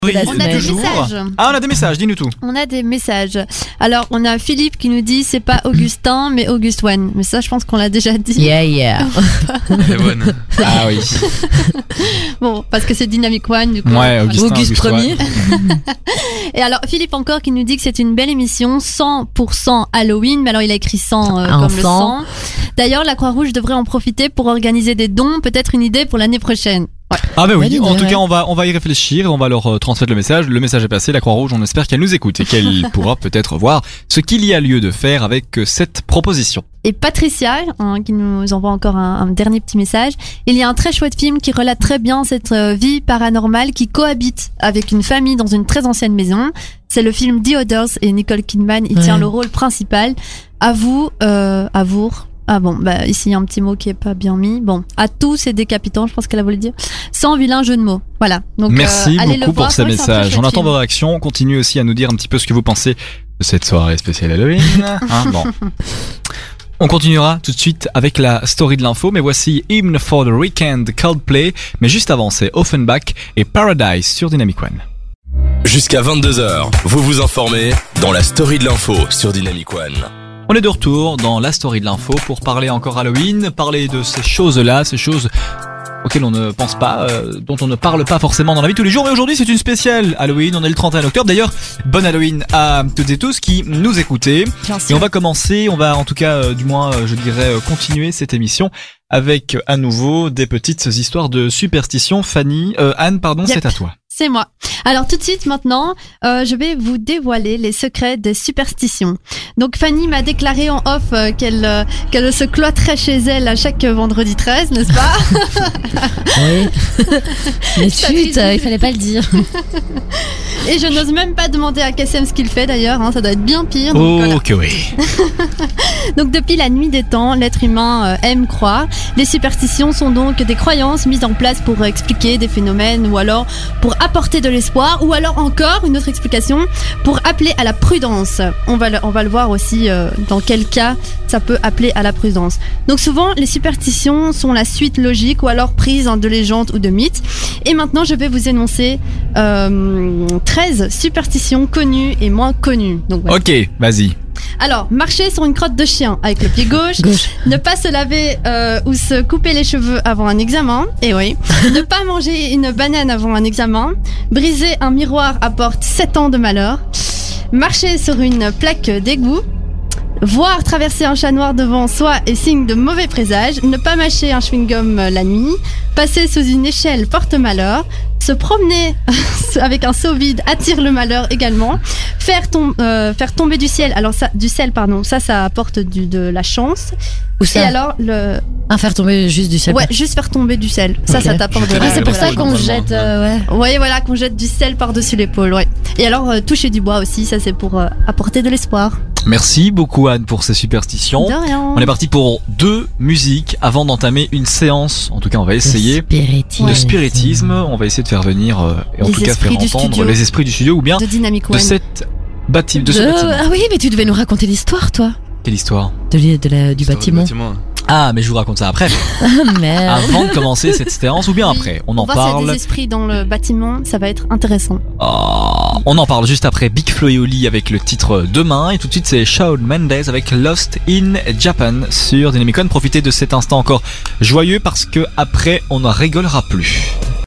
Oui, On a des toujours. messages. Ah, on a des messages, dis-nous tout. On a des messages. Alors, on a Philippe qui nous dit c'est pas Augustin, mais Auguste One. Mais ça, je pense qu'on l'a déjà dit. Yeah. Elle est bonne. Ah oui. Bon, parce que c'est Dynamic One, du coup. Ouais, Augustin, Auguste Premier. Et alors, Philippe encore qui nous dit que c'est une belle émission, 100% Halloween. Mais alors, il a écrit 100 comme le sang. D'ailleurs, la Croix-Rouge devrait en profiter pour organiser des dons. Peut-être une idée pour l'année prochaine. Ouais. Ah bah oui, Bonne idée, en tout ouais. cas on va y réfléchir et on va leur transmettre le message. Le message est passé, la Croix-Rouge, on espère qu'elle nous écoute et qu'elle pourra peut-être voir ce qu'il y a lieu de faire avec cette proposition. Et Patricia, qui nous envoie encore un dernier petit message. Il y a un très chouette film qui relate très bien cette vie paranormale qui cohabite avec une famille dans une très ancienne maison. C'est le film The Others et Nicole Kidman, il tient le rôle principal. À vous. Ah bon, bah ici il y a un petit mot qui est pas bien mis. Bon, à tous c'est décapitant, je pense qu'elle a voulu dire. Sans vilain jeu de mots. Voilà. Donc Merci allez le beaucoup voir, pour ces ouais, c'est un très messages. On chouette attend film. vos réactions. Continuez aussi à nous dire un petit peu ce que vous pensez de cette soirée spéciale Halloween. Bon. On continuera tout de suite avec la story de l'info, mais voici Hymn for the Weekend Coldplay. Mais juste avant, c'est Offenbach et Paradise sur Dynamic One. Jusqu'à 22h, vous vous informez dans la story de l'info sur Dynamic One. On est de retour dans la story de l'info pour parler encore Halloween, parler de ces choses-là, ces choses auxquelles on ne pense pas, dont on ne parle pas forcément dans la vie de tous les jours. Mais aujourd'hui, c'est une spéciale Halloween, on est le 31 octobre. D'ailleurs, bonne Halloween à toutes et tous qui nous écoutez. Bien Et sûr. on va commencer, on va en tout cas, du moins, je dirais, continuer cette émission avec à nouveau des petites histoires de superstition. Fanny, Anne, pardon, Yep. c'est à toi. C'est moi. Alors tout de suite maintenant, je vais vous dévoiler les secrets des superstitions. Donc Fanny m'a déclaré en off qu'elle se cloîtrait chez elle à chaque vendredi 13, n'est-ce pas? Oui. Mais Ça chut, fait- il fallait pas le dire. Et je n'ose même pas demander à Kassem ce qu'il fait d'ailleurs, ça doit être bien pire. Donc, voilà. Oh que oui. Donc depuis la nuit des temps, l'être humain aime croire. Les superstitions sont donc des croyances mises en place pour expliquer des phénomènes ou alors pour apporter de l'espoir ou alors encore une autre explication pour appeler à la prudence. On va le voir aussi dans quel cas ça peut appeler à la prudence. Donc souvent les superstitions sont la suite logique ou alors prise de légendes ou de mythes. Et maintenant je vais vous énoncer 13 superstitions connues et moins connues. Donc, voilà. Ok, vas-y. Alors, marcher sur une crotte de chien avec le pied gauche, ne pas se laver ou se couper les cheveux avant un examen, et oui, ne pas manger une banane avant un examen, briser un miroir apporte 7 ans de malheur, marcher sur une plaque d'égout, voir traverser un chat noir devant soi est signe de mauvais présage, ne pas mâcher un chewing-gum la nuit, passer sous une échelle porte malheur, se promener avec un seau vide attire le malheur également, faire tomber du ciel, alors ça, ça apporte de la chance. Où ça? Et alors Faire tomber juste du ciel. ouais, juste faire tomber du sel, ça Ok. t'apporte de Ah, la Ah, c'est pour Voilà, ça qu'on normalement, jette, ouais. Ouais, voilà, qu'on jette du sel par-dessus l'épaule, ouais. Et alors, toucher du bois aussi, ça c'est pour apporter de l'espoir. Merci beaucoup Anne pour ces superstitions. De rien. On est parti pour 2 musiques avant d'entamer une séance. En tout cas, on va essayer Spiritisme. de spiritisme. On va essayer de faire venir et en Les tout cas faire esprits du entendre studio. les esprits du studio ou bien De Dynamic de One. cette ce bâtiment. Ah oui, mais tu devais nous raconter l'histoire, toi. Quelle histoire? Du bâtiment. Ah, mais je vous raconte ça après. Ah merde. Avant de commencer cette séance ou bien Oui. après. On en va s'il y a parle. des esprits dans le bâtiment, ça va être intéressant. Oh, on en parle juste après Big Flo et Oli avec le titre Demain. Et tout de suite, c'est Shawn Mendes avec Lost in Japan sur Dynamic One. Profitez de cet instant encore joyeux parce que après, on ne rigolera plus.